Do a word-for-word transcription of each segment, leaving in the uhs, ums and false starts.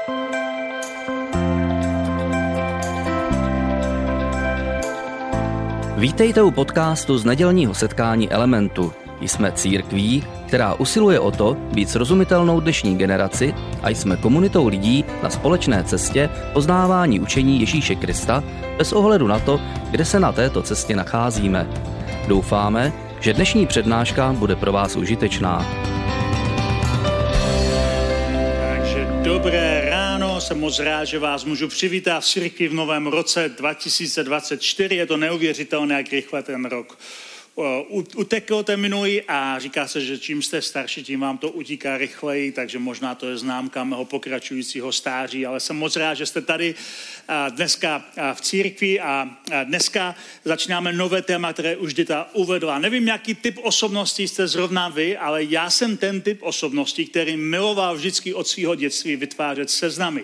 Vítejte u podcastu z nedělního setkání Elementu. Jsme církví, která usiluje o to být srozumitelnou dnešní generaci a jsme komunitou lidí na společné cestě poznávání učení Ježíše Krista bez ohledu na to, kde se na této cestě nacházíme. Doufáme, že dnešní přednáška bude pro vás užitečná. Takže dobré ráno, jsem moc rád, že vás můžu přivítat v církvi v novém roce dva tisíce dvacet čtyři. Je to neuvěřitelné, jak rychle ten rok utekl ten minulý a říká se, že čím jste starší, tím vám to utíká rychleji, takže možná to je známka mého pokračujícího stáří, ale jsem moc rád, že jste tady dneska v církvi a dneska začínáme nové téma, které už Dita uvedla. Nevím, jaký typ osobností jste zrovna vy, ale já jsem ten typ osobností, který miloval vždycky od svého dětství vytvářet seznamy.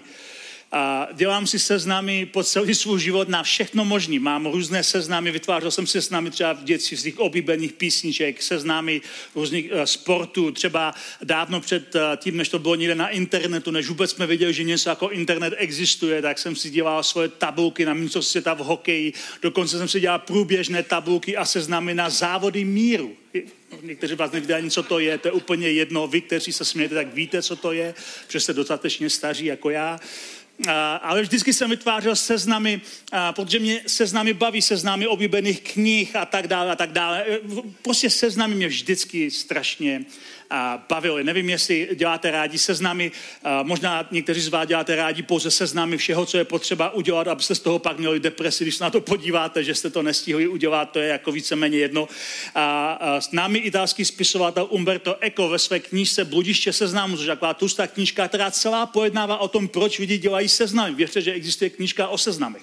A dělám si seznamy po celý svůj život na všechno možný. Mám různé seznamy, vytvářel jsem seznamy třeba v dětství z těch oblíbených písniček, seznamy různých uh, sportů, třeba dávno před uh, tím, než to bylo někde na internetu, než vůbec jsme věděli, že něco jako internet existuje, tak jsem si dělal svoje tabulky na mistrovství světa v hokeji, dokonce jsem si dělal průběžné tabulky a seznamy na závody míru. Někteří vás nevíte ani, co to je, to je úplně jedno. Vy, kteří se smějete, tak víte, co to je, protože jste dostatečně staří jako já. Uh, ale vždycky jsem vytvářel seznamy, uh, protože mě seznamy baví, seznamy oblíbených knih a tak dále a tak dále. Prostě seznamy mě vždycky strašně uh, bavily. Nevím, jestli děláte rádi seznamy, uh, možná někteří z vás děláte rádi pouze seznamy všeho, co je potřeba udělat, abyste z toho pak měli depresi, když se na to podíváte, že jste to nestihli udělat, to je jako víceméně jedno. A uh, uh, známý italský spisovatel Umberto Eco ve své knížce Bludiště seznamu, což je taková tlustá knížka, která celá pojednává o tom, proč lidi dělají seznamy. Věřte, že existuje knížka o seznamech.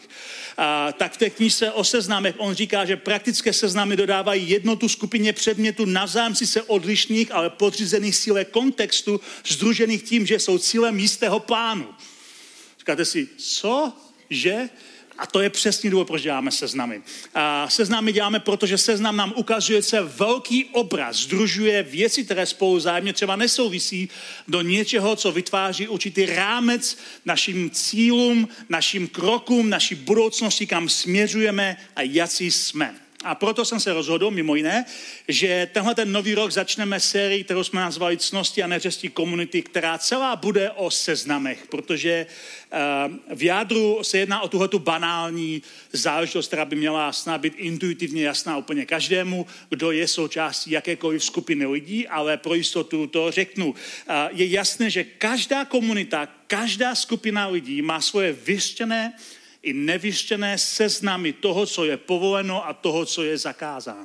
A, tak v té knížce o seznamech on říká, že praktické seznamy dodávají jednotu skupině předmětů navzájem sice odlišných, ale podřízených síle kontextu, sdružených tím, že jsou cílem jistého plánu. Říkáte si, co? Že? A to je přesný důvod, proč děláme seznamy. A seznamy děláme, protože seznam nám ukazuje se velký obraz, sdružuje věci, které spolu vzájemně třeba nesouvisí, do něčeho, co vytváří určitý rámec našim cílům, našim krokům, naší budoucnosti, kam směřujeme a jací jsme. A proto jsem se rozhodl, mimo jiné, že tenhle ten nový rok začneme sérii, kterou jsme nazvali Ctnosti a neřesti komunity, která celá bude o seznamech, protože uh, v jádru se jedná o tuhletu banální záležitost, která by měla snad být intuitivně jasná úplně každému, kdo je součástí jakékoliv skupiny lidí, ale pro jistotu to řeknu. Uh, je jasné, že každá komunita, každá skupina lidí má svoje vyřčené i nevyřčené seznamy toho, co je povoleno a toho, co je zakázáno.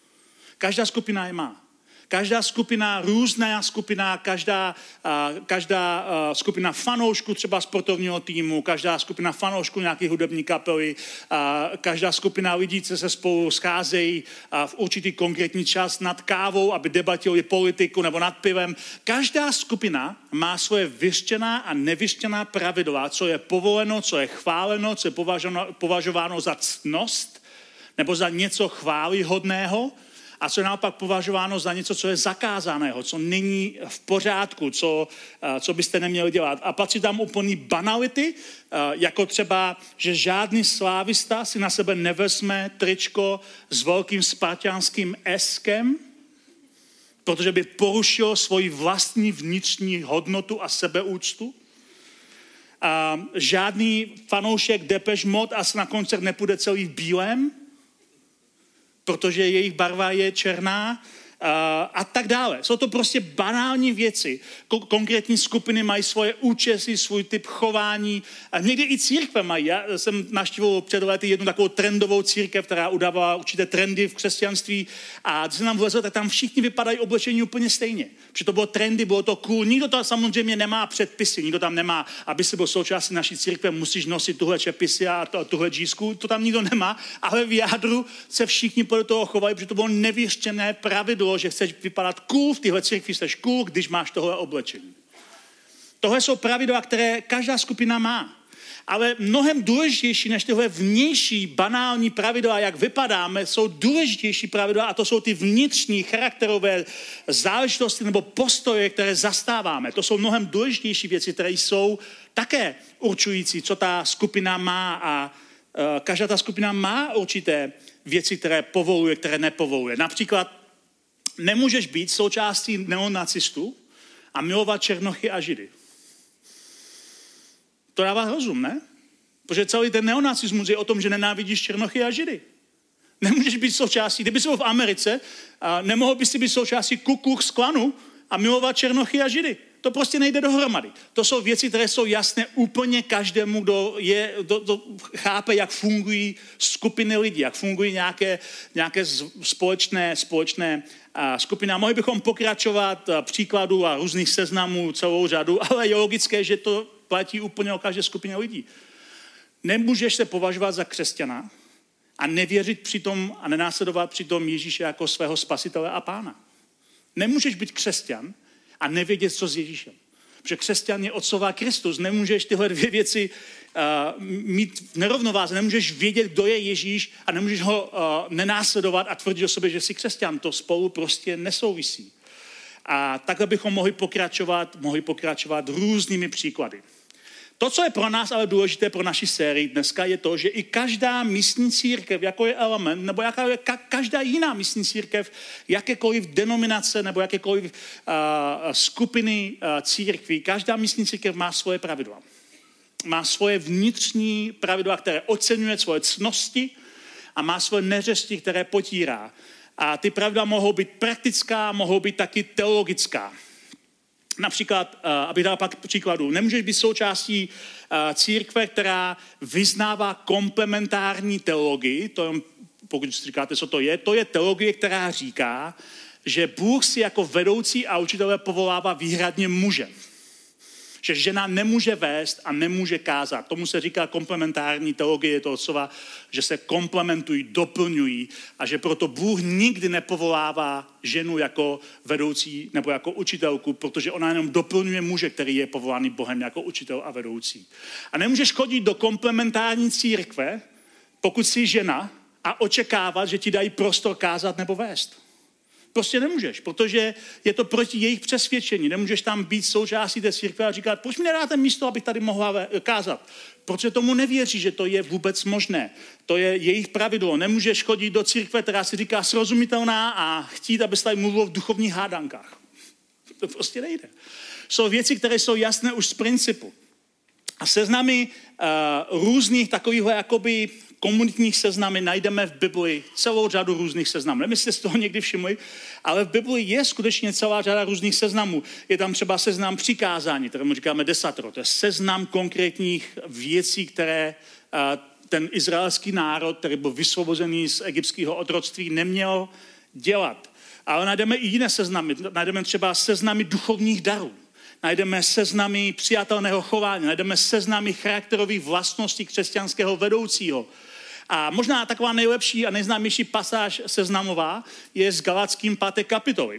Každá skupina je má. Každá skupina, různá skupina, každá, uh, každá uh, skupina fanoušků třeba sportovního týmu, každá skupina fanoušků nějaké hudební kapely, uh, každá skupina lidí, co se spolu scházejí uh, v určitý konkrétní čas nad kávou, aby debatovali politiku nebo nad pivem. Každá skupina má svoje vyřčená a nevyřčená pravidla, co je povoleno, co je chváleno, co je považováno, považováno za ctnost nebo za něco chválihodného, a co je naopak považováno za něco, co je zakázaného, co není v pořádku, co, co byste neměli dělat. A patří tam úplný banality, jako třeba, že žádný slávista si na sebe nevezme tričko s velkým spartanským eskem, protože by porušil svoji vlastní vnitřní hodnotu a sebeúctu. A žádný fanoušek Depeche Mode asi na koncert nepůjde celý v bílém, protože jejich barva je černá uh, a tak dále. Jsou to prostě banální věci. Ko- konkrétní skupiny mají svoje účesy, svůj typ chování. A někdy i církve mají. Já jsem navštívil před lety jednu takovou trendovou církev, která udávala určité trendy v křesťanství. A když jsem tam vlezl, tak tam všichni vypadají oblečení úplně stejně. Protože to bylo trendy, bylo to cool. Nikdo tam samozřejmě nemá předpisy, nikdo tam nemá, aby se byl součástí naší církve, musíš nosit tuhle čepisy a tuhle džísku. To tam nikdo nemá, ale v jádru se všichni podle toho chovají, protože to bylo nevyřčené pravidlo, že chceš vypadat cool, v téhle církvi jsi cool, když máš tohle oblečení. Tohle jsou pravidla, které každá skupina má. Ale mnohem důležitější než tyhle vnější banální pravidla, jak vypadáme, jsou důležitější pravidla a to jsou ty vnitřní charakterové záležitosti nebo postoje, které zastáváme. To jsou mnohem důležitější věci, které jsou také určující, co ta skupina má a uh, každá ta skupina má určité věci, které povoluje, které nepovoluje. Například nemůžeš být součástí neonacistů a milovat černochy a židy. To dává rozum, ne? Protože celý ten neonacismus je o tom, že nenávidíš černochy a židy. Nemůžeš být součástí, kdyby jsi byl v Americe, a nemohl bys si být součástí Ku Klux Klanu a milovat černochy a židy. To prostě nejde dohromady. To jsou věci, které jsou jasné úplně každému, kdo, je, kdo, kdo chápe, jak fungují skupiny lidí, jak fungují nějaké, nějaké společné, společné a skupiny. A mohli bychom pokračovat příkladů a různých seznamů celou řadu, ale je logické, že to platí úplně o každé skupině lidí. Nemůžeš se považovat za křesťana a nevěřit přitom a nenásledovat přitom Ježíše jako svého spasitele a pána. Nemůžeš být křesťan a nevědět, co s Ježíšem. Protože křesťan je od slova Kristus. Nemůžeš tyhle dvě věci uh, mít v nerovnováze. Nemůžeš vědět, kdo je Ježíš a nemůžeš ho uh, nenásledovat a tvrdit o sobě, že jsi křesťan. To spolu prostě nesouvisí. A takhle bychom mohli pokračovat, mohli pokračovat různými příklady. To, co je pro nás ale důležité pro naši sérii dneska, je to, že i každá místní církev, jako je Element, nebo jaká je ka- každá jiná místní církev, jakékoliv denominace nebo jakékoliv uh, skupiny uh, církví, každá místní církev má svoje pravidla. Má svoje vnitřní pravidla, které oceňuje svoje ctnosti a má svoje neřesti, které potírá. A ty pravidla mohou být praktická, mohou být taky teologická. Například, abych dal pak příkladu, nemůžeš být součástí církve, která vyznává komplementární teologii, to je, pokud si říkáte, co to je, to je teologie, která říká, že Bůh si jako vedoucí a učitele povolává výhradně muže. Že žena nemůže vést a nemůže kázat. Tomu se říká komplementární teologie, to slova, že se komplementují, doplňují a že proto Bůh nikdy nepovolává ženu jako vedoucí nebo jako učitelku, protože ona jenom doplňuje muže, který je povoláný Bohem jako učitel a vedoucí. A nemůžeš chodit do komplementární církve, pokud jsi žena a očekávat, že ti dají prostor kázat nebo vést. Prostě nemůžeš, protože je to proti jejich přesvědčení. Nemůžeš tam být součástí té církve a říkat, proč mi nedáte místo, abych tady mohla kázat. Protože tomu nevěří, že to je vůbec možné. To je jejich pravidlo. Nemůžeš chodit do církve, která si říká srozumitelná a chtít, aby se tady mluvilo v duchovních hádankách. To prostě nejde. Jsou věci, které jsou jasné už z principu. A seznamy uh, různých takových jakoby komunitních seznamy najdeme v Bibli celou řadu různých seznamů. Nevím, jestli jste z toho někdy všimli, ale v Bibli je skutečně celá řada různých seznamů. Je tam třeba seznam přikázání, kterému říkáme desatero. To je seznam konkrétních věcí, které uh, ten izraelský národ, který byl vysvobozený z egyptského otroctví, neměl dělat. Ale najdeme i jiné seznamy. Najdeme třeba seznamy duchovních darů. Najdeme seznamy přijatelného chování, najdeme seznamy charakterových vlastností křesťanského vedoucího. A možná taková nejlepší a nejznámější pasáž seznamová je z Galatským páté kapitoly,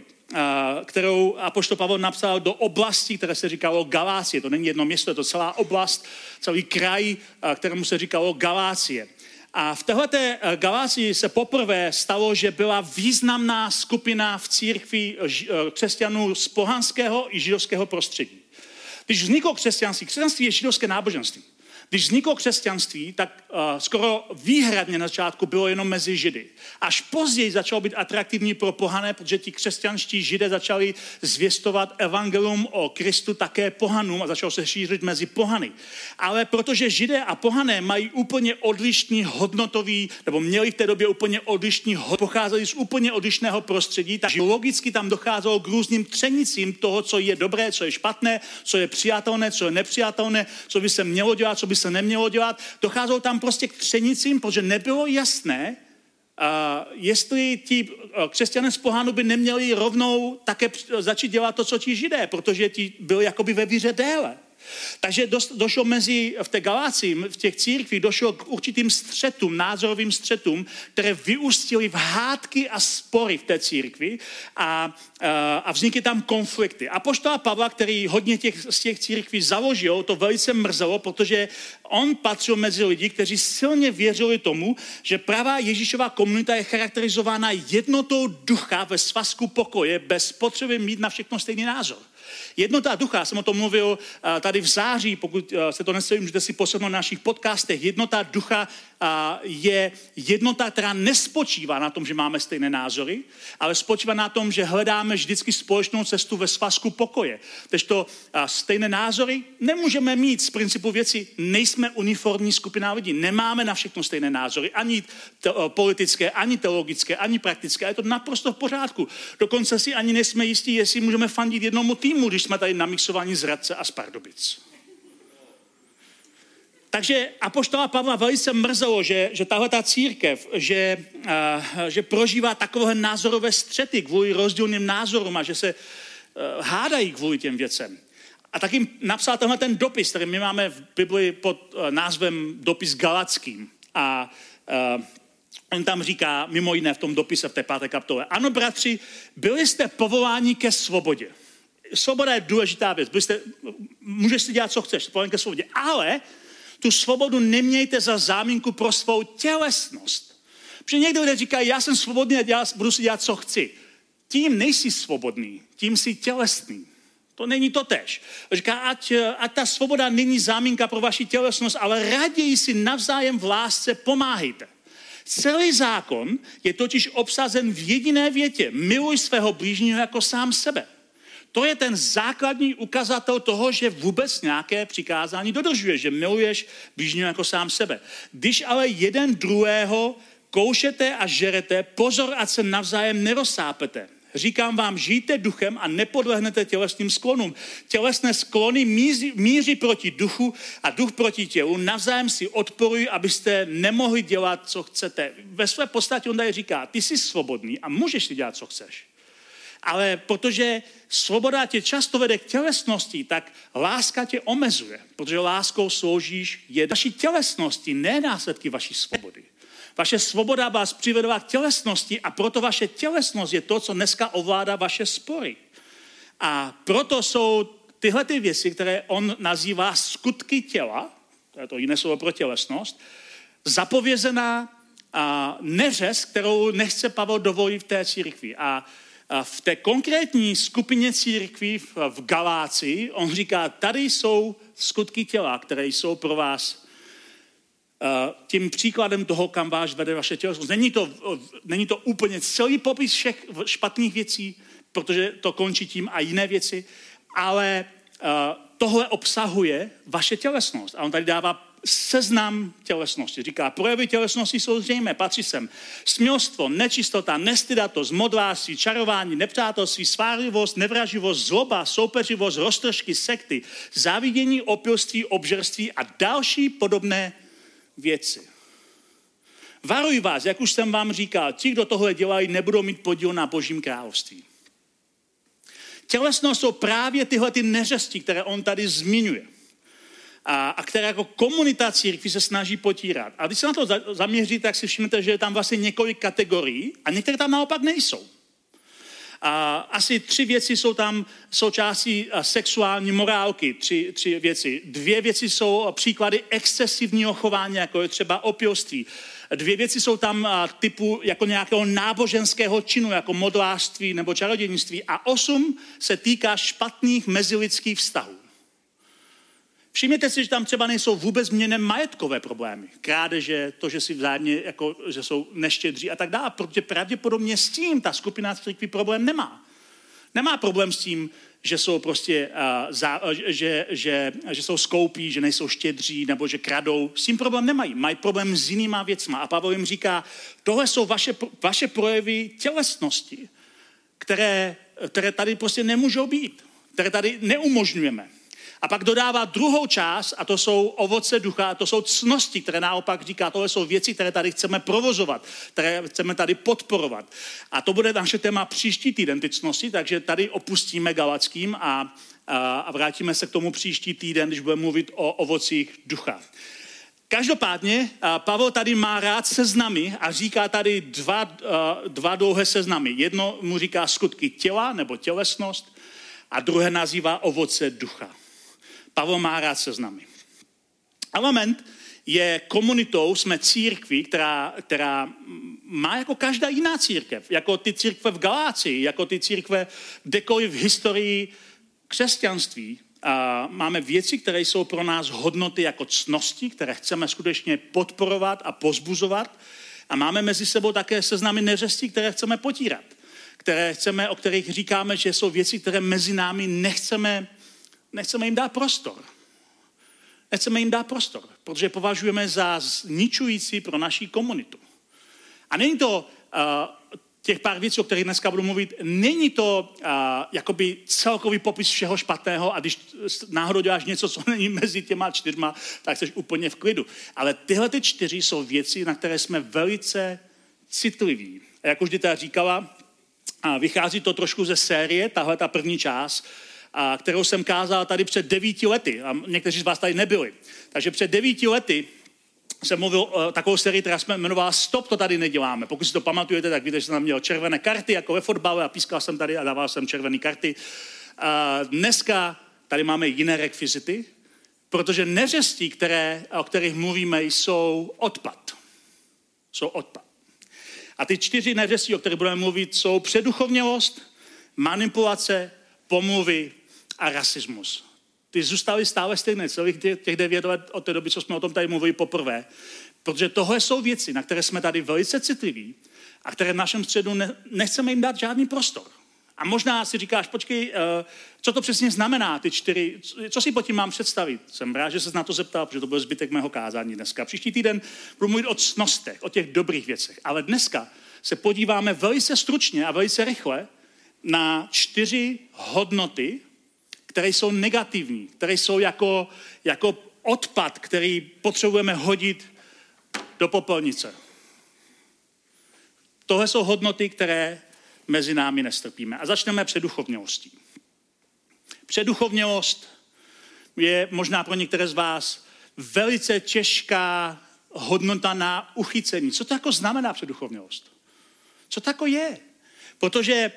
kterou apoštol Pavel napsal do oblasti, které se říkalo Galácie. To není jedno město, je to celá oblast, celý kraj, kterému se říkalo Galácie. A v téhleté Galácii se poprvé stalo, že byla významná skupina v církvi křesťanů z pohanského i židovského prostředí. Když vzniklo křesťanství, křesťanství je židovské náboženství. Když vzniklo křesťanství, tak uh, skoro výhradně na začátku bylo jenom mezi Židy. Až později začalo být atraktivní pro pohané, protože ti křesťanští Židé začali zvěstovat evangelium o Kristu také pohanům a začalo se šířit mezi pohany. Ale protože Židé a pohané mají úplně odlišný hodnotový, nebo měli v té době úplně odlišný hodnotový, pocházeli z úplně odlišného prostředí, takže logicky tam docházelo k různým třenicím toho, co je dobré, co je špatné, co je přijatelné, co je nepřijatelné, co by se mělo dělat, co by se nemělo dělat. Docházelo tam prostě k třenicím, protože nebylo jasné, uh, jestli ti křesťané z pohánu by neměli rovnou také začít dělat to, co ti Židé, protože ti byli jakoby ve víře déle. Takže došlo mezi, v té Galácii, v těch církvích, došlo k určitým střetům, názorovým střetům, které vyústily v hádky a spory v té církvi a, a vznikly tam konflikty. Apoštola Pavla, který hodně těch, z těch církví založil, to velice mrzelo, protože on patřil mezi lidi, kteří silně věřili tomu, že pravá Ježíšova komunita je charakterizována jednotou ducha ve svazku pokoje, bez potřeby mít na všechno stejný názor. Jednota ducha, jsem o tom mluvil tady v září, pokud se to nesledují, můžete si poslechnout na našich podcastech. Jednota ducha je jednota, která nespočívá na tom, že máme stejné názory, ale spočívá na tom, že hledáme vždycky společnou cestu ve svazku pokoje. Takže to stejné názory nemůžeme mít z principu věci. Nejsme uniformní skupina lidí, nemáme na všechno stejné názory, ani te- politické, ani teologické, ani praktické. Je to naprosto v pořádku. Dokonce si ani nejsme jistí, jestli můžeme fandit jednomu týmu, když jsme tady namixovaní z Hradce a z Pardubic. Takže apoštola Pavla velice mrzelo, že, že tahle ta církev, že, uh, že prožívá takové názorové střety kvůli rozdílným názorům a že se uh, hádají kvůli těm věcem. A tak jim napsal tenhle ten dopis, který my máme v Bibli pod uh, názvem dopis Galackým. A uh, on tam říká, mimo jiné v tom dopise v té páté kapitole, ano, bratři, byli jste povoláni ke svobodě. Svoboda je důležitá věc. Byli jste, můžeš si dělat, co chceš, povolání ke svobodě, ale tu svobodu nemějte za záminku pro svou tělesnost. Protože někdo lidé říkají, já jsem svobodný a já budu si dělat, co chci. Tím nejsi svobodný, tím jsi tělesný. To není to též. Říká, ať, ať ta svoboda není záminka pro vaši tělesnost, ale raději si navzájem v lásce pomáhejte. Celý zákon je totiž obsazen v jediné větě. Miluj svého blížního jako sám sebe. To je ten základní ukazatel toho, že vůbec nějaké přikázání dodržuješ, že miluješ blížního jako sám sebe. Když ale jeden druhého koušete a žerete, pozor, ať se navzájem nerozsápete. Říkám vám, žijte duchem a nepodlehnete tělesným sklonům. Tělesné sklony míří, míří proti duchu a duch proti tělu. Navzájem si odporují, abyste nemohli dělat, co chcete. Ve své podstatě on tady říká, ty jsi svobodný a můžeš si dělat, co chceš. Ale protože svoboda tě často vede k tělesnosti, tak láska tě omezuje, protože láskou sloužíš je vaší tělesnosti, ne následky vaší svobody. Vaše svoboda vás přivedla k tělesnosti a proto vaše tělesnost je to, co dneska ovládá vaše spory. A proto jsou tyhle ty věci, které on nazývá skutky těla, to je to jiné slovo pro tělesnost, zapovězená a neřez, kterou nechce Pavel dovolit v té církvi. A v té konkrétní skupině církví v Galácii, on říká, tady jsou skutky těla, které jsou pro vás tím příkladem toho, kam váš vede vaše tělesnost. Není to, není to úplně celý popis všech špatných věcí, protože to končí tím a jiné věci, ale tohle obsahuje vaše tělesnost. A on tady dává seznam tělesnosti. Říká, projevy tělesnosti jsou zřejmé, patří sem smělstvo, nečistota, nestydatost, modlářství, čarování, nepřátelství, svárlivost, nevraživost, zloba, soupeřivost, roztržky, sekty, závidění, opilství, obžerství a další podobné věci. Varuji vás, jak už jsem vám říkal, ti, kdo tohle dělají, nebudou mít podíl na Božím království. Tělesnost jsou právě tyhle ty neřesti, které on tady zmiňuje. A, a které jako komunita církví se snaží potírat. A když se na to za, zaměří, tak si všimnete, že je tam vlastně několik kategorií a některé tam naopak nejsou. A asi tři věci jsou tam součástí sexuální morálky, tři, tři věci. Dvě věci jsou příklady excesivního chování, jako je třeba opilství. Dvě věci jsou tam typu jako nějakého náboženského činu, jako modlářství nebo čarodějnictví. A osm se týká špatných mezilidských vztahů. Všimněte si, že tam třeba nejsou vůbec změněné majetkové problémy. Krádeže, to, že si vzájemně, jako, že jsou neštědří a tak dále. Protože pravděpodobně s tím ta skupina církví problém nemá. Nemá problém s tím, že jsou prostě, uh, za, uh, že, že, že jsou skoupí, že nejsou štědří nebo že kradou. S tím problém nemají. Mají problém s jinýma věcma. A Pavel jim říká, tohle jsou vaše, vaše projevy tělesnosti, které, které tady prostě nemůžou být. Které tady neumožňujeme. A pak dodává druhou část, a to jsou ovoce ducha, a to jsou ctnosti, které naopak říká, tohle jsou věci, které tady chceme provozovat, které chceme tady podporovat. A to bude naše téma příští týden, ty ctnosti, takže tady opustíme Galackým a, a, a vrátíme se k tomu příští týden, když budeme mluvit o ovocích ducha. Každopádně Pavel tady má rád seznamy a říká tady dva, dva dlouhé seznamy. Jedno mu říká skutky těla nebo tělesnost a druhé nazývá ovoce ducha. Pavel má rád seznamy. Element je komunitou, jsme církví, která, která má jako každá jiná církev, jako ty církve v Galácii, jako ty církve kdekoliv v historii křesťanství. A máme věci, které jsou pro nás hodnoty jako ctnosti, které chceme skutečně podporovat a pozbuzovat. A máme mezi sebou také seznamy neřestí, které chceme potírat. Které chceme, o kterých říkáme, že jsou věci, které mezi námi nechceme, nechceme jim dát prostor. Nechceme jim dát prostor, protože považujeme za zničující pro naši komunitu. A není to uh, těch pár věcí, o kterých dneska budu mluvit, není to uh, jakoby celkový popis všeho špatného a když náhodou děláš něco, co není mezi těma čtyřma, tak jsi úplně v klidu. Ale tyhle ty čtyři jsou věci, na které jsme velice citliví. A jak už Dita říkala, uh, vychází to trošku ze série, tahle ta první část, uh, kterou jsem kázal tady před devíti lety. A někteří z vás tady nebyli. Takže před devíti lety jsem mluvil o takovou sérii, která jsme jmenovala Stop, to tady neděláme. Pokud si to pamatujete, tak víte, že jsem tam měl červené karty, jako ve fotbale a pískal jsem tady a dával jsem červené karty. A dneska tady máme jiné rekvizity, protože neřesti, které, o kterých mluvíme, jsou odpad. Jsou odpad. A ty čtyři neřesti, o kterých budeme mluvit, jsou předuchovnělost, manipulace, pomluvy a rasismus. Ty zůstaly stále stejné celých těch devět let od té doby, co jsme o tom tady mluvili poprvé. Protože tohle jsou věci, na které jsme tady velice citliví a které v našem středu ne, nechceme jim dát žádný prostor. A možná si říkáš, počkej, co to přesně znamená, ty čtyři, co si pod tím mám představit? Jsem rád, že se na to zeptal, protože to byl zbytek mého kázání dneska. Příští týden budu mluvit o ctnostech, o těch dobrých věcech. Ale dneska se podíváme velice stručně a velice rychle na čtyři hodnoty, které jsou negativní, které jsou jako, jako odpad, který potřebujeme hodit do popelnice. Tohle jsou hodnoty, které mezi námi nestrpíme. A začneme předuchovnělostí. Předuchovnělost je možná pro některé z vás velice těžká hodnota na uchycení. Co to jako znamená předuchovnělost? Co to jako je? Protože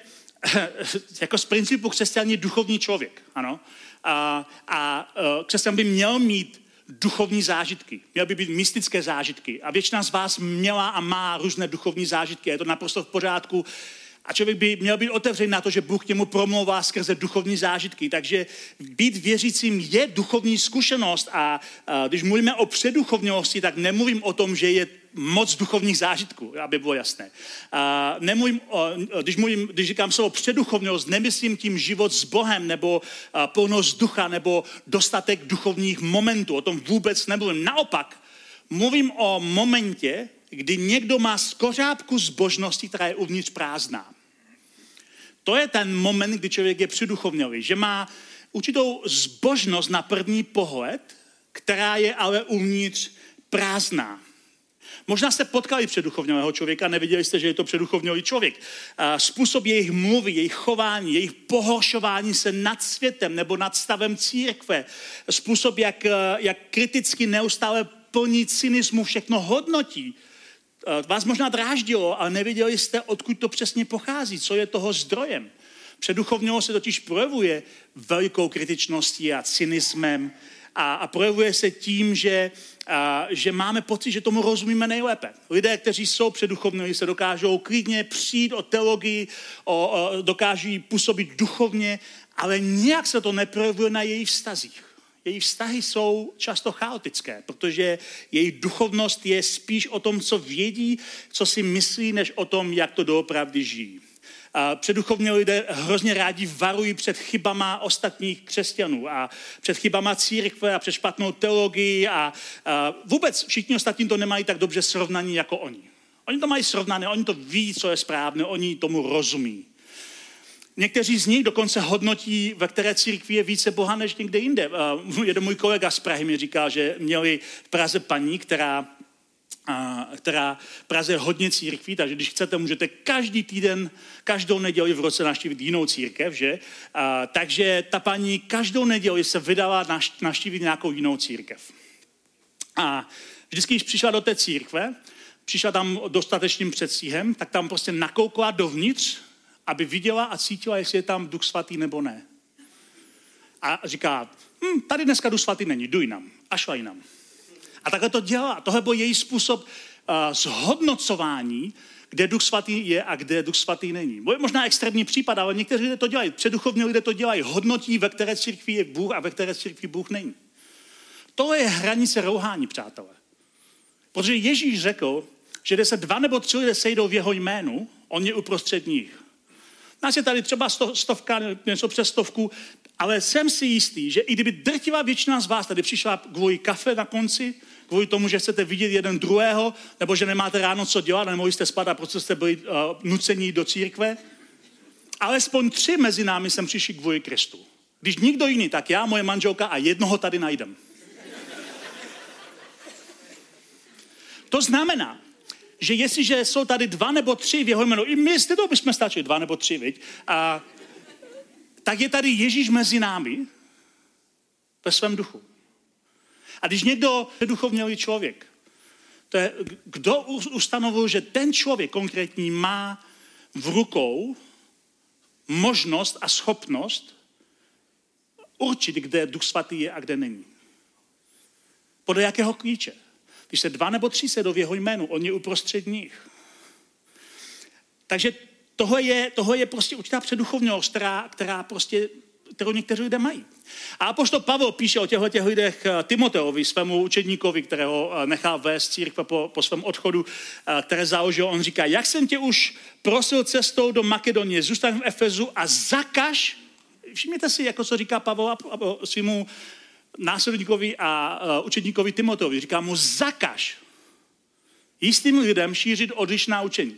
jako z principu křesťan je duchovní člověk, ano. A, a křesťan by měl mít duchovní zážitky, měl by být mystické zážitky. A většina z vás měla a má různé duchovní zážitky, je to naprosto v pořádku. A člověk by měl být otevřený na to, že Bůh k němu promlouvá skrze duchovní zážitky. Takže být věřícím je duchovní zkušenost a, a když mluvíme o předuchovnělosti, tak nemluvím o tom, že je moc duchovních zážitků, aby bylo jasné. A nemluvím o, když, mluvím, když říkám slovo předuchovnělost, nemyslím tím život s Bohem nebo a, plnost ducha nebo dostatek duchovních momentů. O tom vůbec nemluvím. Naopak, mluvím o momentě, kdy někdo má skořápku zbožnosti, která je uvnitř prázdná. To je ten moment, kdy člověk je předuchovnělý, že má určitou zbožnost na první pohled, která je ale uvnitř prázdná. Možná jste potkali předuchovnělého člověka, neviděli jste, že je to předuchovnělý člověk. Způsob jejich mluvy, jejich chování, jejich pohoršování se nad světem nebo nad stavem církve, způsob, jak, jak kriticky neustále plní cynismu, všechno hodnotí, vás možná dráždilo, ale nevěděli jste, odkud to přesně pochází, co je toho zdrojem. Předuchovnělost se totiž projevuje velikou kritičností a cynismem a, a projevuje se tím, že, a, že máme pocit, že tomu rozumíme nejlépe. Lidé, kteří jsou předuchovnělí, se dokážou klidně přijít o teologii, o, o, dokáží působit duchovně, ale nějak se to neprojevuje na jejich vztazích. Její vztahy jsou často chaotické, protože její duchovnost je spíš o tom, co vědí, co si myslí, než o tom, jak to doopravdy žijí. Předuchovní lidé hrozně rádi varují před chybama ostatních křesťanů a před chybama církve a před špatnou teologií a, a vůbec všichni ostatní to nemají tak dobře srovnaní jako oni. Oni to mají srovnané, oni to ví, co je správné, oni tomu rozumí. Někteří z nich dokonce hodnotí, ve které církvi je více Boha než někde jinde. Jeden můj kolega z Prahy mi říkal, že měli v Praze paní, která, která v Praze je hodně církví, takže když chcete, můžete každý týden, každou neděli v roce navštívit jinou církev, že? A, takže ta paní každou neděli se vydala navštívit nějakou jinou církev. A vždycky, když přišla do té církve, přišla tam dostatečným předstihem, tak tam prostě nakoukla dovnitř, aby viděla a cítila, jestli je tam Duch Svatý nebo ne. A říká, hm, tady dneska Duch Svatý není, jdu jinam. A šla jinam. A takhle to dělá. Tohle byl její způsob uh, zhodnocování, kde Duch Svatý je a kde Duch Svatý není. Byl možná extrémní případ, ale někteří lidé to dělají. Předduchovní lidé to dělají. Hodnotí, ve které církvi je Bůh a ve které církvi Bůh není. To je hranice rouhání, přátelé. Protože Ježíš řekl, že kde se dva nebo tři lidé sejdou v jeho jménu, on je uprostřed nich. Nás je tady třeba sto, stovka, něco přes stovku, ale jsem si jistý, že i kdyby drtivá většina z vás tady přišla kvůli kafe na konci, kvůli tomu, že chcete vidět jeden druhého, nebo že nemáte ráno co dělat, nemohli jste spát a proto jste byli uh, nuceni do církve, alespoň tři mezi námi sem přišli kvůli Kristu. Když nikdo jiný, tak já, moje manželka a jednoho tady najdem. To znamená, že jestliže jsou tady dva nebo tři v jeho jménu, i my zde to bychom stačili, dva nebo tři, viď? A tak je tady Ježíš mezi námi ve svém duchu. A když někdo je duchovnělý člověk, to je, kdo ustanovil, že ten člověk konkrétní má v rukou možnost a schopnost určit, kde Duch Svatý je a kde není. Podle jakého klíče? Když se dva nebo tři sedou v jeho jménu, on je uprostřed nich. Takže tohle je, tohle je prostě určitá předduchovnost, která, která prostě, kterou někteří lidé mají. A apoštol Pavel píše o těchto těch lidech Timoteovi, svému učedníkovi, kterého nechal vést církve po, po svém odchodu, které založil. On říká, jak jsem tě už prosil cestou do Makedonie, zůstaň v Efezu a zakaž, všimněte si, jako co říká Pavel svýmu následníkovi a uh, učedníkovi Timoteovi. Říká mu, zakaž jistým lidem šířit odlišná učení.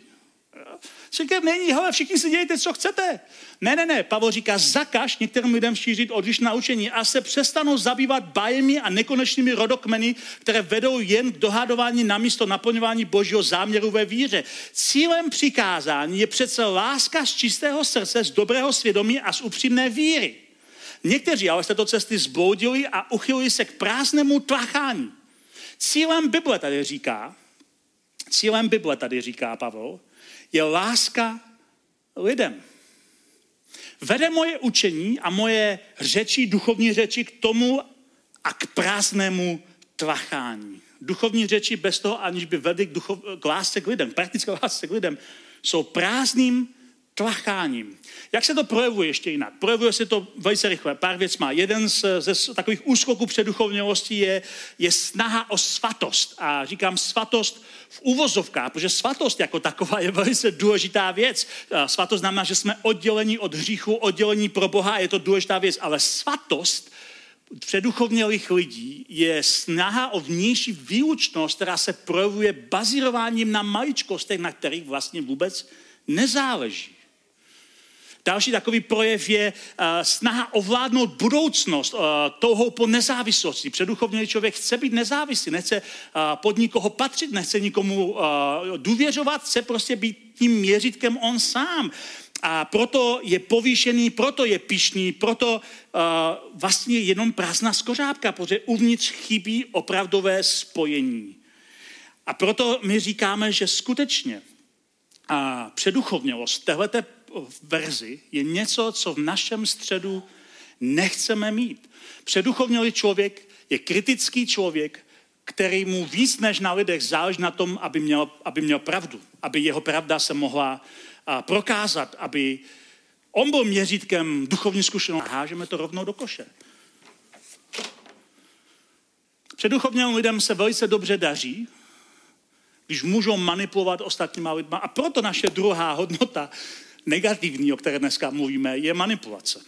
Církev není, hele, všichni si dějte, co chcete. Ne, ne, ne, Pavel říká, zakaž některým lidem šířit odlišná učení a se přestanou zabývat bájemi a nekonečnými rodokmeny, které vedou jen k dohadování namísto naplňování Božího záměru ve víře. Cílem přikázání je přece láska z čistého srdce, z dobrého svědomí a z upřímné víry. Někteří ale z této cesty zbloudili a uchylili se k prázdnému tlachání. Cílem Bible tady říká, cílem Bible tady říká Pavel, je láska lidem. Vede moje učení a moje řeči, duchovní řeči k tomu a k prázdnému tlachání. Duchovní řeči bez toho, aniž by vedly k, duchov, k lásce k lidem, praktické lásce k lidem, jsou prázdným tlacháním. Jak se to projevuje ještě jinak? Projevuje se to velice rychle. Pár věc má. Jeden z, ze takových úskoků předduchovnělosti je, je snaha o svatost. A říkám svatost v uvozovkách, protože svatost jako taková je velice důležitá věc. Svatost znamená, že jsme oddělení od hříchu, oddělení pro Boha, je to důležitá věc. Ale svatost předduchovnělých lidí je snaha o vnější výlučnost, která se projevuje bazírováním na maličkostech, na kterých vlastně vůbec nezáleží. Další takový projev je uh, snaha ovládnout budoucnost, uh, touhou po nezávislosti. Předduchovnělý člověk chce být nezávislý, nechce uh, pod nikoho patřit, nechce nikomu uh, důvěřovat, chce prostě být tím měřítkem on sám. A proto je povýšený, proto je pyšný, proto uh, vlastně jenom prázdná skořápka, protože uvnitř chybí opravdové spojení. A proto my říkáme, že skutečně a předduchovnělost téhleté verzi je něco, co v našem středu nechceme mít. Předduchovnělý člověk je kritický člověk, který mu víc než na lidech záleží na tom, aby měl, aby měl pravdu, aby jeho pravda se mohla a, prokázat, aby on byl měřítkem duchovní zkušenosti. Hážeme to rovnou do koše. Předduchovnělým lidem se velice dobře daří, když můžou manipulovat ostatníma lidma. A proto naše druhá hodnota negativní, o které dneska mluvíme, je manipulace.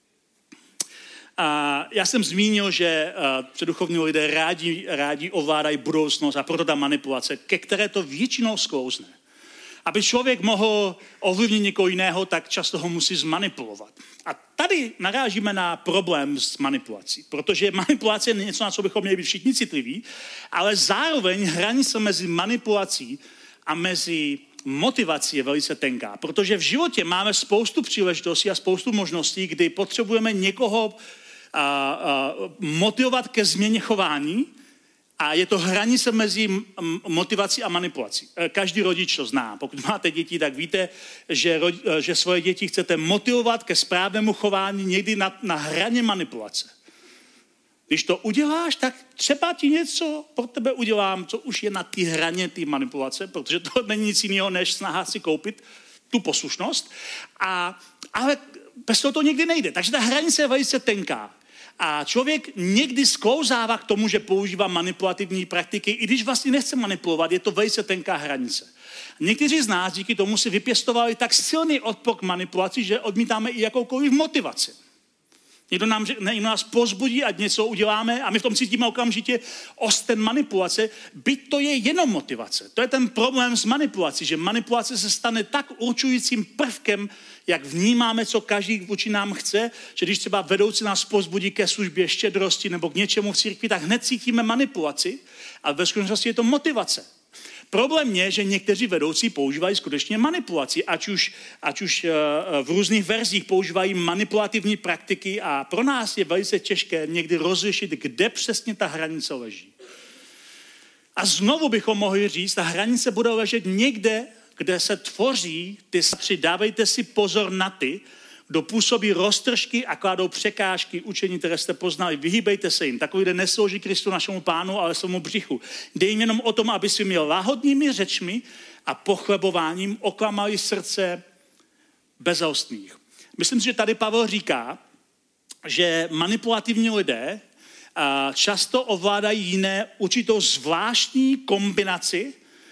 A já jsem zmínil, že předduchovní lidé rádi, rádi ovládají budoucnost a proto ta manipulace, ke které to většinou sklouzne. Aby člověk mohl ovlivnit někoho jiného, tak často ho musí zmanipulovat. A tady narážíme na problém s manipulací, protože manipulace je něco, na co bychom měli být všichni citliví, ale zároveň hranice mezi manipulací a mezi motivací je velice tenká, protože v životě máme spoustu příležitostí a spoustu možností, kdy potřebujeme někoho a, a, motivovat ke změně chování a je to hranice mezi motivací a manipulací. Každý rodič to zná. Pokud máte děti, tak víte, že, že svoje děti chcete motivovat ke správnému chování někdy na, na hraně manipulace. Když to uděláš, tak třeba ti něco pro tebe udělám, co už je na té hraně té manipulace, protože to není nic jiného, než snaha si koupit tu poslušnost. A, ale bez toho to nikdy nejde. Takže ta hranice je velice tenká. A člověk někdy sklouzává k tomu, že používá manipulativní praktiky, i když vlastně nechce manipulovat, je to velice tenká hranice. Někteří z nás díky tomu si vypěstovali tak silný odpor k manipulaci, že odmítáme i jakoukoliv motivaci. Někdo, nám, někdo nás pozbudí, ať něco uděláme a my v tom cítíme okamžitě osten manipulace, byť to je jenom motivace. To je ten problém s manipulací, že manipulace se stane tak určujícím prvkem, jak vnímáme, co každý vůči nám chce, že když třeba vedoucí nás pozbudí ke službě štědrosti nebo k něčemu v církvi, tak hned cítíme manipulaci, ale ve skutečnosti je to motivace. Problém je, že někteří vedoucí používají skutečně manipulaci, ať už, ať už v různých verzích používají manipulativní praktiky a pro nás je velice těžké někdy rozlišit, kde přesně ta hranice leží. A znovu bychom mohli říct, ta hranice bude ležet někde, kde se tvoří ty satři. Dávejte si pozor na ty, kdo působí roztržky a kládou překážky učení, které jste poznali. Vyhýbejte se jim. Takový, kde neslouží Kristu našemu pánu, ale svému břichu. Jde jim jenom o tom, aby si měl lahodnými řečmi a pochlebováním oklamali srdce bezelstných. Myslím si, že tady Pavel říká, že manipulativní lidé často ovládají jiné určitou zvláštní kombinaci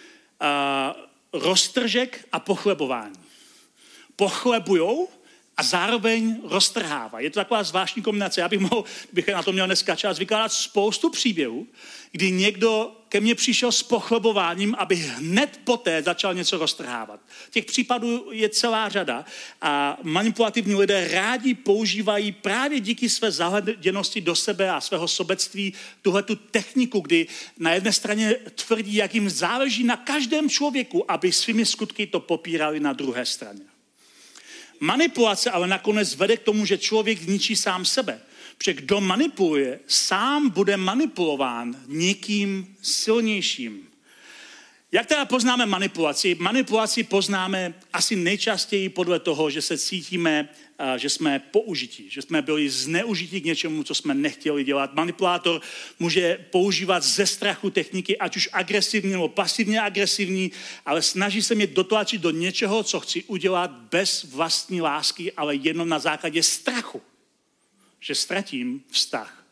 roztržek a pochlebování. Pochlebujou a zároveň roztrhává. Je to taková zvláštní kombinace. Já bych mohl, bych na to měl dneska čas vykládat spoustu příběhů, kdy někdo ke mně přišel s pochlebováním, aby hned poté začal něco roztrhávat. Těch případů je celá řada a manipulativní lidé rádi používají právě díky své zahleděnosti do sebe a svého sobectví tuhletu techniku, kdy na jedné straně tvrdí, jak jim záleží na každém člověku, aby svými skutky to popírali na druhé straně. Manipulace ale nakonec vede k tomu, že člověk ničí sám sebe. Protože kdo manipuluje, sám bude manipulován někým silnějším. Jak teda poznáme manipulaci? Manipulaci poznáme asi nejčastěji podle toho, že se cítíme, že jsme použití, že jsme byli zneužití k něčemu, co jsme nechtěli dělat. Manipulátor může používat ze strachu techniky, ať už agresivní nebo pasivně agresivní, ale snaží se mě dotlačit do něčeho, co chci udělat bez vlastní lásky, ale jenom na základě strachu, že ztratím vztah.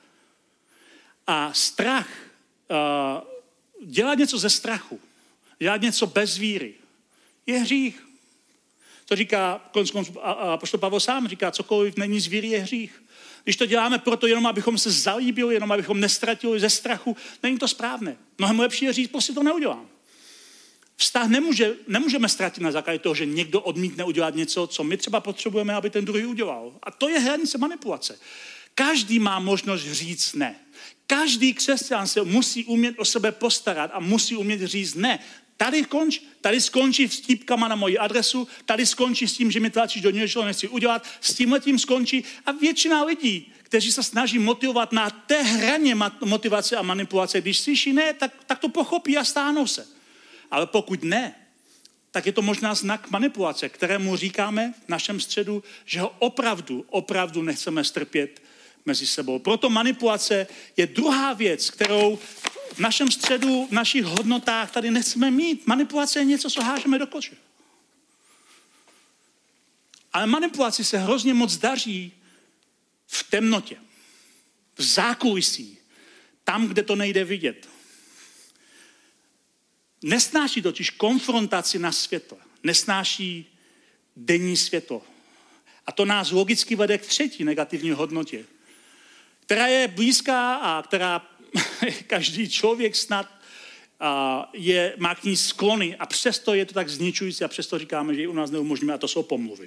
A strach, uh, dělat něco ze strachu, dělat něco bez víry, je hřích. To říká, konec konců, apoštol Pavel sám říká, cokoliv není z víry, je hřích. Když to děláme proto jenom, abychom se zalíbili, jenom abychom nestratili ze strachu, není to správné. Mnohem lepší je říct, prostě to neudělám. Vztah nemůže, nemůžeme ztratit na základě toho, že někdo odmítne udělat něco, co my třeba potřebujeme, aby ten druhý udělal. A to je hranice manipulace. Každý má možnost říct ne. Každý křesťan se musí umět o sebe postarat a musí umět říct ne. Tady, konč, tady skončí s típkama na moji adresu, tady skončí s tím, že mi tlačíš do něčeho, nechci udělat, s tímhletím skončí. A většina lidí, kteří se snaží motivovat na té hraně motivace a manipulace, když slyší ne, tak, tak to pochopí a stáhnou se. Ale pokud ne, tak je to možná znak manipulace, kterému říkáme v našem středu, že ho opravdu, opravdu nechceme strpět mezi sebou. Proto manipulace je druhá věc, kterou v našem středu, v našich hodnotách tady nechceme mít. Manipulace je něco, co hážeme do koše. Ale manipulaci se hrozně moc daří v temnotě, v zákulisí, tam, kde to nejde vidět. Nesnáší totiž konfrontaci na světle. Nesnáší denní světlo. A to nás logicky vede k třetí negativní hodnotě, která je blízká a která každý člověk snad a je, má k ní sklony a přesto je to tak zničující a přesto říkáme, že ji u nás neumožňujeme a to jsou pomluvy.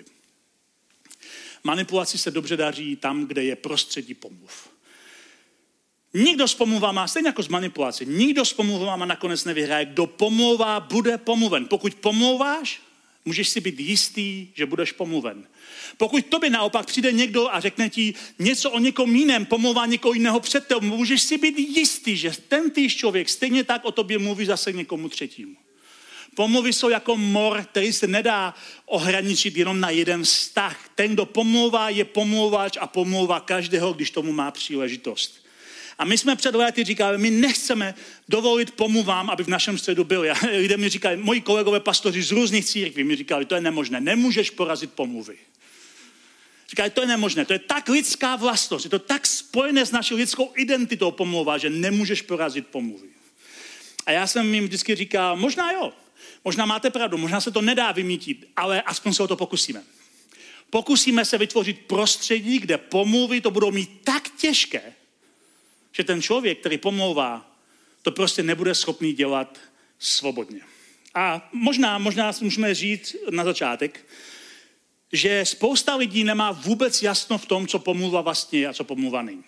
Manipulaci se dobře daří tam, kde je prostředí pomluv. Nikdo s pomluvama, stejně jako s manipulací, nikdo s pomluvama nakonec nevyhraje. Kdo pomlouvá, bude pomluven. Pokud pomlouváš, můžeš si být jistý, že budeš pomluven. Pokud tobě naopak přijde někdo a řekne ti něco o někom jiném, pomlouvá někoho jiného před tebou, můžeš si být jistý, že ten týž člověk stejně tak o tobě mluví zase někomu třetímu. Pomluvy jsou jako mor, který se nedá ohraničit jenom na jeden vztah. Ten, kdo pomlouvá, je pomlouvač a pomlouvá každého, když tomu má příležitost. A my jsme před lety říkali, my nechceme dovolit pomluvám, aby v našem středu byli. A lidé mi říkali, moji kolegové pastoři z různých církví mi říkali, to je nemožné, nemůžeš porazit pomluvy. Říkali, to je nemožné, to je tak lidská vlastnost, je to tak spojené s naší lidskou identitou pomluva, že nemůžeš porazit pomluvy. A já jsem jim vždycky říkal, možná jo, možná máte pravdu, možná se to nedá vymítit, ale aspoň se o to pokusíme. Pokusíme se vytvořit prostředí, kde pomluvy to budou mít tak těžké, že ten člověk, který pomlouvá, to prostě nebude schopný dělat svobodně. A možná, možná můžeme říct na začátek, že spousta lidí nemá vůbec jasno v tom, co pomluva vlastně je a co pomluva není.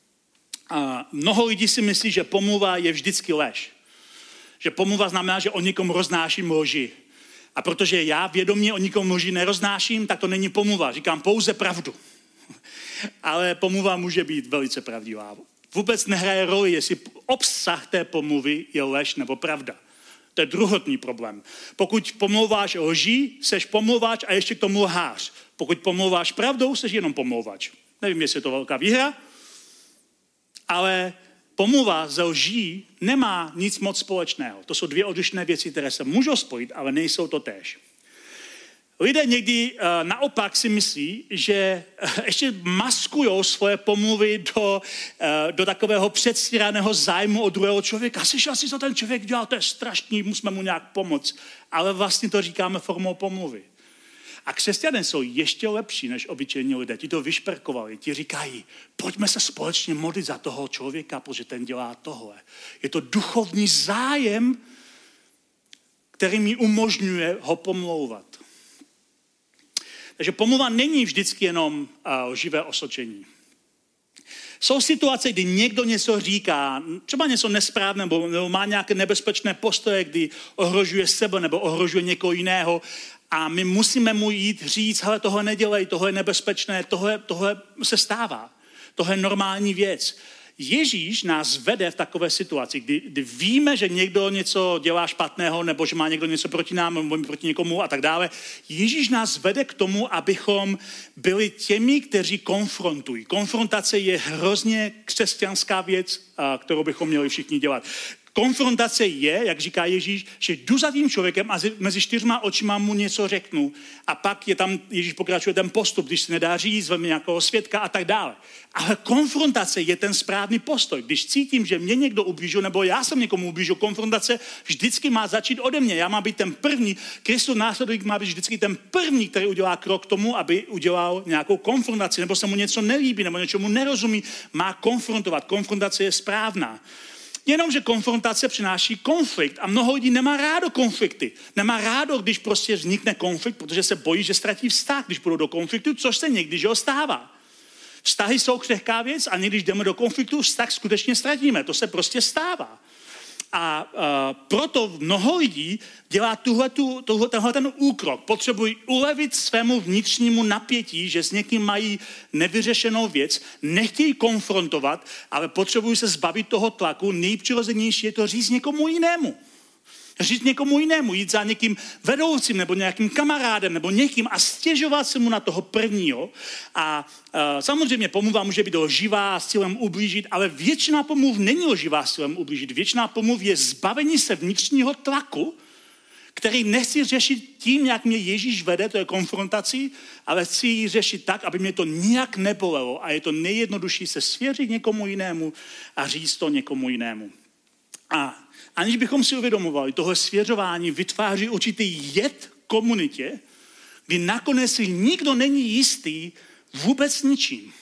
A mnoho lidí si myslí, že pomluva je vždycky lež. Že pomluva znamená, že o někom roznáším lži. A protože já vědomě o nikom lži neroznáším, tak to není pomluva. Říkám pouze pravdu. Ale pomluva může být velice pravdivá. Vůbec nehraje roli, jestli obsah té pomluvy je lež nebo pravda. To je druhotný problém. Pokud pomlouváš lží, seš pomlouváč a ještě k tomu lhář. Pokud pomlouváš pravdou, seš jenom pomlouvač. Nevím, jestli je to velká výhra, ale pomluva ze lží nemá nic moc společného. To jsou dvě odlišné věci, které se můžou spojit, ale nejsou to též. Lidé někdy uh, naopak si myslí, že uh, ještě maskujou svoje pomluvy do, uh, do takového předstíraného zájmu od druhého člověka. Slyšel jsi, co ten člověk dělal, to je strašný, musíme mu nějak pomoct. Ale vlastně to říkáme formou pomluvy. A křesťané jsou ještě lepší než obyčejní lidé. Ti to vyšperkovali, ti říkají, pojďme se společně modlit za toho člověka, protože ten dělá tohle. Je to duchovní zájem, který mi umožňuje ho pomlouvat. Takže pomluva není vždycky jenom uh, živé osočení. Jsou situace, kdy někdo něco říká, třeba něco nesprávné, nebo, nebo má nějaké nebezpečné postoje, kdy ohrožuje sebe nebo ohrožuje někoho jiného a my musíme mu jít říct, hele, tohle nedělej, tohle je nebezpečné, tohle, tohle se stává, tohle je normální věc. Ježíš nás vede v takové situaci, kdy, kdy víme, že někdo něco dělá špatného, nebo že má někdo něco proti nám, nebo proti někomu a tak dále. Ježíš nás vede k tomu, abychom byli těmi, kteří konfrontují. Konfrontace je hrozně křesťanská věc, kterou bychom měli všichni dělat. Konfrontace je, jak říká Ježíš, že jdu za tím člověkem a mezi čtyřma očima mu něco řeknu. A pak je tam, Ježíš pokračuje ten postup, když se nedá říct, zveme nějakého svědka a tak dále. Ale konfrontace je ten správný postoj. Když cítím, že mě někdo ublížil, nebo já jsem někomu ublížil, konfrontace vždycky má začít ode mě. Já mám být ten první, Kristus následník má být vždycky ten první, který udělá krok k tomu, aby udělal nějakou konfrontaci, nebo se mu něco nelíbí, nebo něčemu nerozumí, má konfrontovat. Konfrontace je správná. Jenomže konfrontace přináší konflikt a mnoho lidí nemá rádo konflikty. Nemá rádo, když prostě vznikne konflikt, protože se bojí, že ztratí vztah, když budou do konfliktu, což se někdy že stává. Vztahy jsou křehká věc a někdy, když jdeme do konfliktu, vztah skutečně ztratíme. To se prostě stává. A uh, proto mnoho lidí dělá tuhletu, tuhle, tenhle ten úkrok. Potřebují ulevit svému vnitřnímu napětí, že s někým mají nevyřešenou věc, nechtějí konfrontovat, ale potřebují se zbavit toho tlaku. Nejpřirozenější je to říct někomu jinému. Říct někomu jinému, jít za někým vedoucím nebo nějakým kamarádem nebo někým a stěžovat se mu na toho prvního. A uh, samozřejmě pomluva může být lživá s cílem ublížit, ale většina pomluv není lživá s cílem ublížit. Většina pomluv je zbavení se vnitřního tlaku, který nechci řešit tím, jak mě Ježíš vede, to je konfrontací, ale chci ji řešit tak, aby mě to nijak nebolelo. A je to nejjednodušší se svěřit někomu jinému a říct to někomu jinému. A aniž bychom si uvědomovali, tohle svěřování vytváří určitý jed komunitě, kdy nakonec si nikdo není jistý vůbec ničím.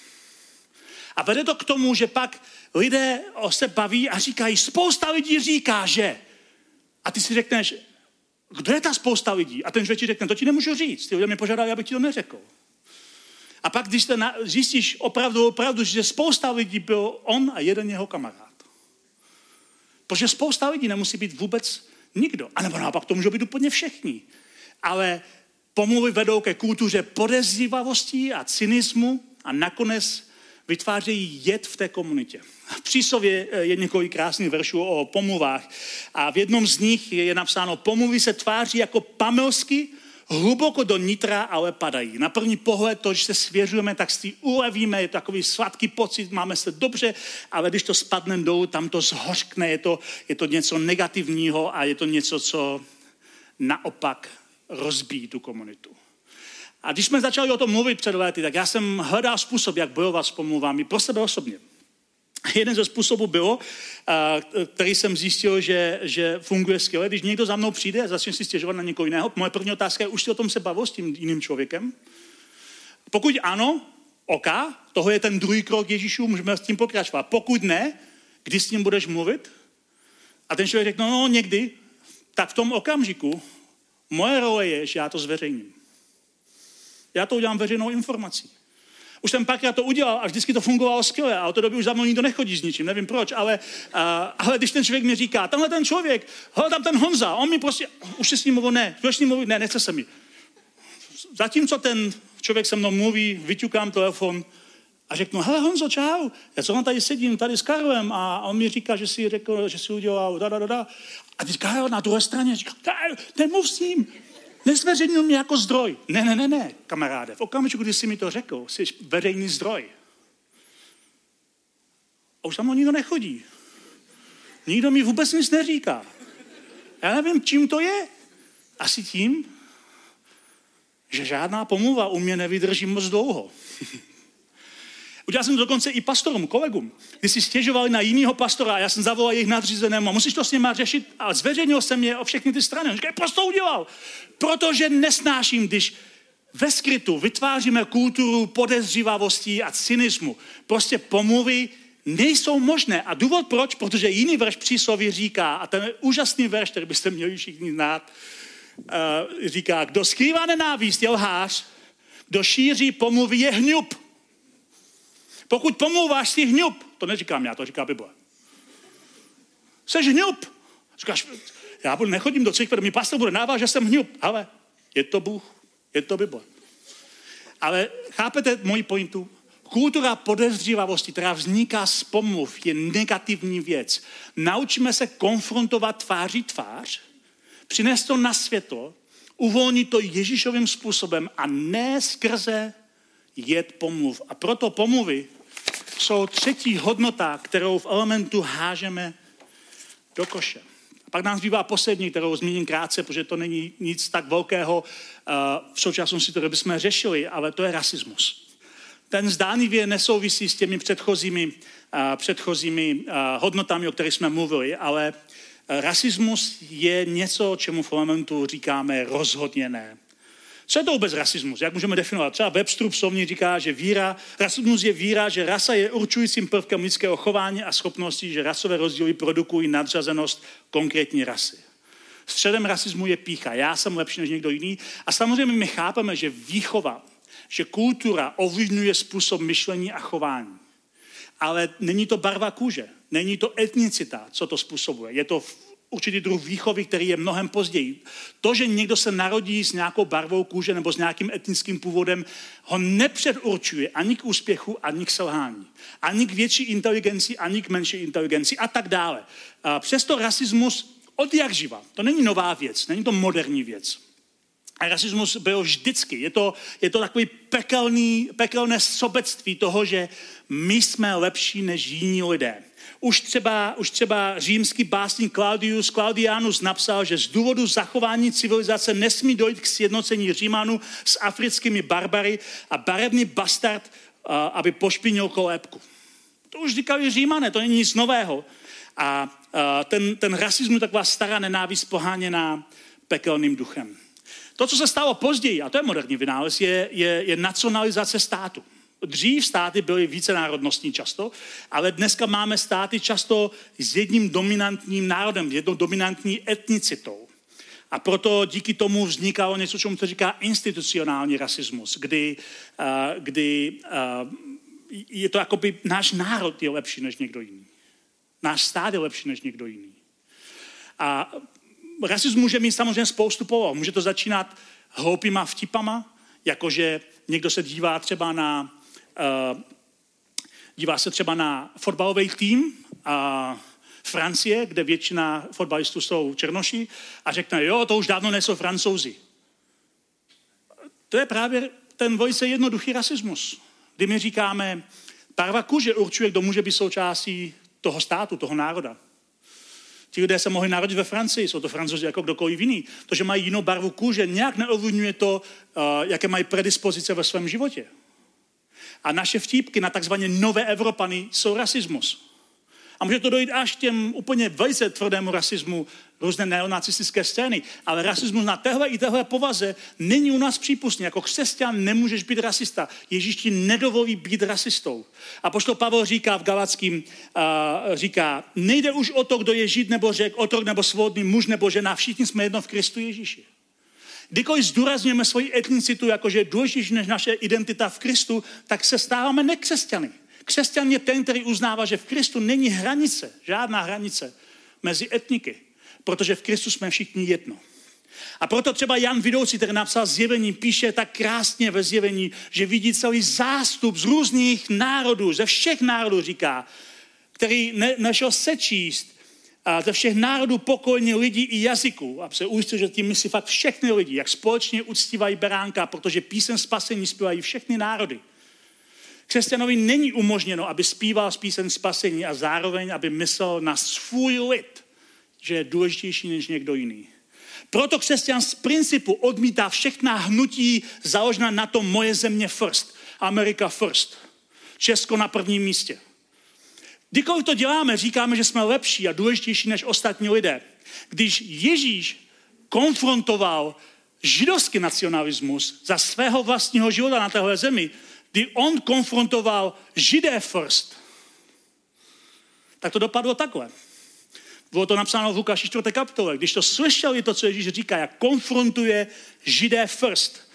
A vede to k tomu, že pak lidé se baví a říkají, spousta lidí říká, že. A ty si řekneš, kdo je ta spousta lidí? A ten člověk ti řekne, to ti nemůžu říct. Ty lidé mě požádali, abych ti to neřekl. A pak, když to zjistíš opravdu, opravdu, že spousta lidí byl on a jeden jeho kamarád. Protože spousta lidí nemusí být vůbec nikdo. A nebo naopak to můžou být úplně všichni. Ale pomluvy vedou ke kultuře podezřívavosti a cynismu a nakonec vytvářejí jed v té komunitě. V Příslově je několik krásných veršů o pomluvách a v jednom z nich je napsáno, pomluvy se tváří jako pamelsky, hluboko do nitra, ale padají. Na první pohled to, když se svěřujeme, tak si ulevíme, je to takový sladký pocit, máme se dobře, ale když to spadne dolů, tam to zhořkne, je to, je to něco negativního a je to něco, co naopak rozbíjí tu komunitu. A když jsme začali o tom mluvit před lety, tak já jsem hledal způsob, jak bojovat s pomluvami pro sebe osobně. Jeden ze způsobů bylo, který jsem zjistil, že, že funguje skvěle. Když někdo za mnou přijde a začne si stěžovat na někoho jiného, moje první otázka je, už si o tom se bavil s tím jiným člověkem? Pokud ano, OK, toho je ten druhý krok Ježíšů, můžeme s tím pokračovat. Pokud ne, kdy s ním budeš mluvit? A ten člověk řekne, no, no někdy, tak v tom okamžiku moje role je, že já to zveřejním. Já to udělám veřejnou informací. Už jsem párkrát to udělal a vždycky to fungovalo skvěle a od té doby už za mnou nikdo nechodí s ničím, nevím proč, ale, uh, ale když ten člověk mi říká, tenhle ten člověk, hele tam ten Honza, on mi prostě, už si s ním mluvil, ne, budeš s ním mluvit, ne, nechce se mi. Zatímco ten člověk se mnou mluví, vyťukám telefon a řeknu, hele Honzo, čau, já co tady sedím tady s Karlem a on mi říká, že si řekl, že si udělal da, da, da, da. A teď Karel na druhé straně říká, nemluv s ním. Nezveřejnil mě jako zdroj. Ne, ne, ne, ne, kamaráde. V okamžiku, kdy jsi mi to řekl, jsi veřejný zdroj. A už tam nikdo nechodí. Nikdo mi vůbec nic neříká. Já nevím, čím to je. Asi tím, že žádná pomluva u mě nevydrží moc dlouho. Udělal jsem to dokonce i pastorům, kolegům. Když si stěžovali na jinýho pastora a já jsem zavolal jejich nadřízenému a musíš to s nima řešit a zveřejnil jsem je o všechny ty strany. On říká, proč to udělal? Protože nesnáším, když ve skrytu vytváříme kulturu podezřívavosti a cynismu. Prostě pomluvy nejsou možné. A důvod proč? Protože jiný verš Přísloví říká, a ten úžasný verš, který byste měli všichni znát, uh, říká, kdo skrývá nenávist je lhář, kdo šíří pomluvy je hňup. Pokud pomlouváš, si hňup. To neříkám já, to říká Bible. Seš hňup. Říkáš, já nechodím do církve, mi pastor bude návat, že jsem hňup. Ale je to Bůh, je to Bible. Ale chápete moji pointu? Kultura podezřívavosti, která vzniká z pomluv, je negativní věc. Naučíme se konfrontovat tváří tvář, přinést to na světlo, uvolnit to Ježíšovým způsobem a ne skrze jed pomluv. A proto pomluvy jsou třetí hodnota, kterou v elementu hážeme do koše. A pak nám zbývá poslední, kterou zmíním krátce, protože to není nic tak velkého v současnosti, které bychom řešili, ale to je rasismus. Ten zdánlivě nesouvisí s těmi předchozími, předchozími hodnotami, o kterých jsme mluvili, ale rasismus je něco, čemu v elementu říkáme rozhodně ne. Co je to vůbec rasismus? Jak můžeme definovat? Třeba Websterův slovník říká, že víra, rasismus je víra, že rasa je určujícím prvkem lidského chování a schopností, že rasové rozdíly produkují nadřazenost konkrétní rasy. Středem rasismu je pýcha. Já jsem lepší než někdo jiný. A samozřejmě my chápeme, že výchova, že kultura ovlivňuje způsob myšlení a chování. Ale není to barva kůže, není to etnicita, co to způsobuje. Je to určitý druh výchovy, který je mnohem později. To, že někdo se narodí s nějakou barvou kůže nebo s nějakým etnickým původem, ho nepředurčuje ani k úspěchu, ani k selhání. Ani k větší inteligenci, ani k menší inteligenci a tak dále. A přesto rasismus od jak živa. To není nová věc, není to moderní věc. A rasismus byl vždycky. Je to, je to takový pekelný, pekelné sobectví toho, že my jsme lepší než jiní lidé. Už třeba, už třeba římský básník Claudius Claudianus napsal, že z důvodu zachování civilizace nesmí dojít k sjednocení Římanů s africkými barbary a barevný bastard, aby pošpinil kolébku. To už říkali Římané, to není nic nového. A ten, ten rasismus je taková stará nenávist poháněná pekelným duchem. To, co se stalo později, a to je moderní vynález, je, je, je nacionalizace státu. Dřív státy byly více národnostní často, ale dneska máme státy často s jedním dominantním národem, jednou dominantní etnicitou. A proto díky tomu vznikalo něco, čemu se říká institucionální rasismus, kdy, uh, kdy uh, je to jakoby náš národ je lepší než někdo jiný. Náš stát je lepší než někdo jiný. A rasismus může mít samozřejmě spoustu poloh. Může to začínat hloupýma vtipama, jakože někdo se dívá třeba na uh, dívá se třeba na fotbalový tým uh, Francie, kde většina fotbalistů jsou černoši a řekne, jo, to už dávno nejsou Francouzi. To je právě ten velice jednoduchý rasismus. Kdy my říkáme, barva kůže určuje, kdo může být součástí toho státu, toho národa. Ti lidé se mohli narodit ve Francii, jsou to Francouzi jako kdokoliv jiný. To, že mají jinou barvu kůže, nějak neovlivňuje to, uh, jaké mají predispozice ve svém životě. A naše vtípky na takzvané nové Evropany jsou rasismus. A může to dojít až k těm úplně velice tvrdému rasismu, různé neonacistické scény. Ale rasismus na téhle i téhle povaze není u nás přípustný. Jako křesťan nemůžeš být rasista. Ježíš ti nedovolí být rasistou. A apoštol Pavel říká v Galackým, uh, říká, nejde už o to, kdo je žid nebo Řek, otrok nebo svobodný, muž nebo žena, všichni jsme jedno v Kristu Ježíši. Kdykoliv zdůrazňujeme svoji etnicitu, jakože je důležitější než naše identita v Kristu, tak se stáváme nekřesťany. Křesťan je ten, který uznává, že v Kristu není hranice, žádná hranice mezi etniky, protože v Kristu jsme všichni jedno. A proto třeba Jan Vidoucí, který napsal Zjevení, píše tak krásně ve Zjevení, že vidí celý zástup z různých národů, ze všech národů říká, který ne, nešel sečíst, a ze všech národů, pokojně lidí i jazyků. A se ujistil, že tím myslí fakt všechny lidi, jak společně uctívají beránka, protože píseň spasení zpívají všechny národy. Křesťanovi není umožněno, aby zpíval píseň spasení a zároveň, aby myslel na svůj lid, že je důležitější než někdo jiný. Proto křesťan z principu odmítá všechna hnutí založená na tom moje země first, America first, Česko na prvním místě. Kdykoliv to děláme, říkáme, že jsme lepší a důležitější než ostatní lidé. Když Ježíš konfrontoval židovský nacionalismus za svého vlastního života na téhle zemi, kdy on konfrontoval Židé first, tak to dopadlo takhle. Bylo to napsáno v Lukáši čtvrté kapitole. Když to slyšeli to, co Ježíš říká, jak konfrontuje Židé first,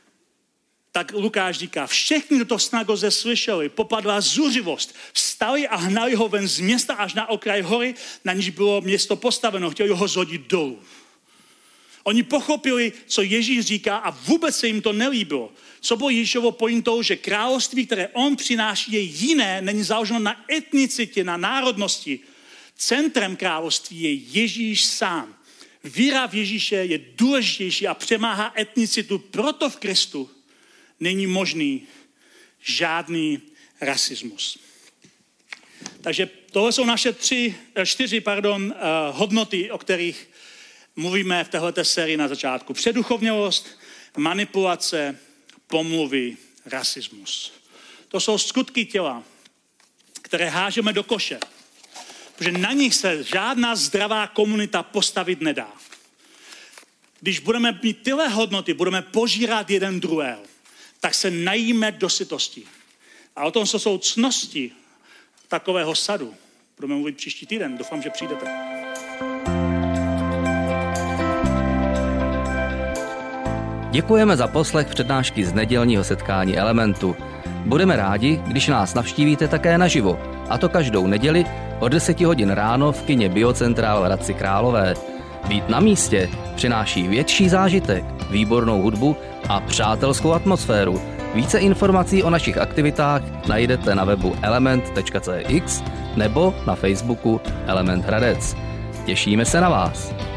tak Lukáš říká, všichni, kdo to v synagoze slyšeli, popadla zuřivost. Vstali a hnali ho ven z města až na okraj hory, na níž bylo město postaveno. Chtěli ho zhodit dolů. Oni pochopili, co Ježíš říká a vůbec se jim to nelíbilo. Co bylo Ježíšovo pointou, že království, které on přináší, je jiné, není založeno na etnicitě, na národnosti. Centrem království je Ježíš sám. Víra v Ježíše je důležitější a přemáhá etnicitu, proto v Kristu není možný žádný rasismus. Takže tohle jsou naše tři, čtyři pardon, hodnoty, o kterých mluvíme v téhleté sérii na začátku. Předuchovnělost, manipulace, pomluvy, rasismus. To jsou skutky těla, které hážeme do koše, protože na nich se žádná zdravá komunita postavit nedá. Když budeme mít tyhle hodnoty, budeme požírat jeden druhého, tak se najíme do sytosti. A o tom, co jsou ctnosti takového sadu, budeme mluvit příští týden. Doufám, že přijdete. Děkujeme za poslech přednášky z nedělního setkání Elementu. Budeme rádi, když nás navštívíte také naživo, a to každou neděli od deseti hodin ráno v kině Biocentrál v Hradci Králové. Být na místě přináší větší zážitek, výbornou hudbu a přátelskou atmosféru. Více informací o našich aktivitách najdete na webu element tečka cé x nebo na Facebooku Element Hradec. Těšíme se na vás.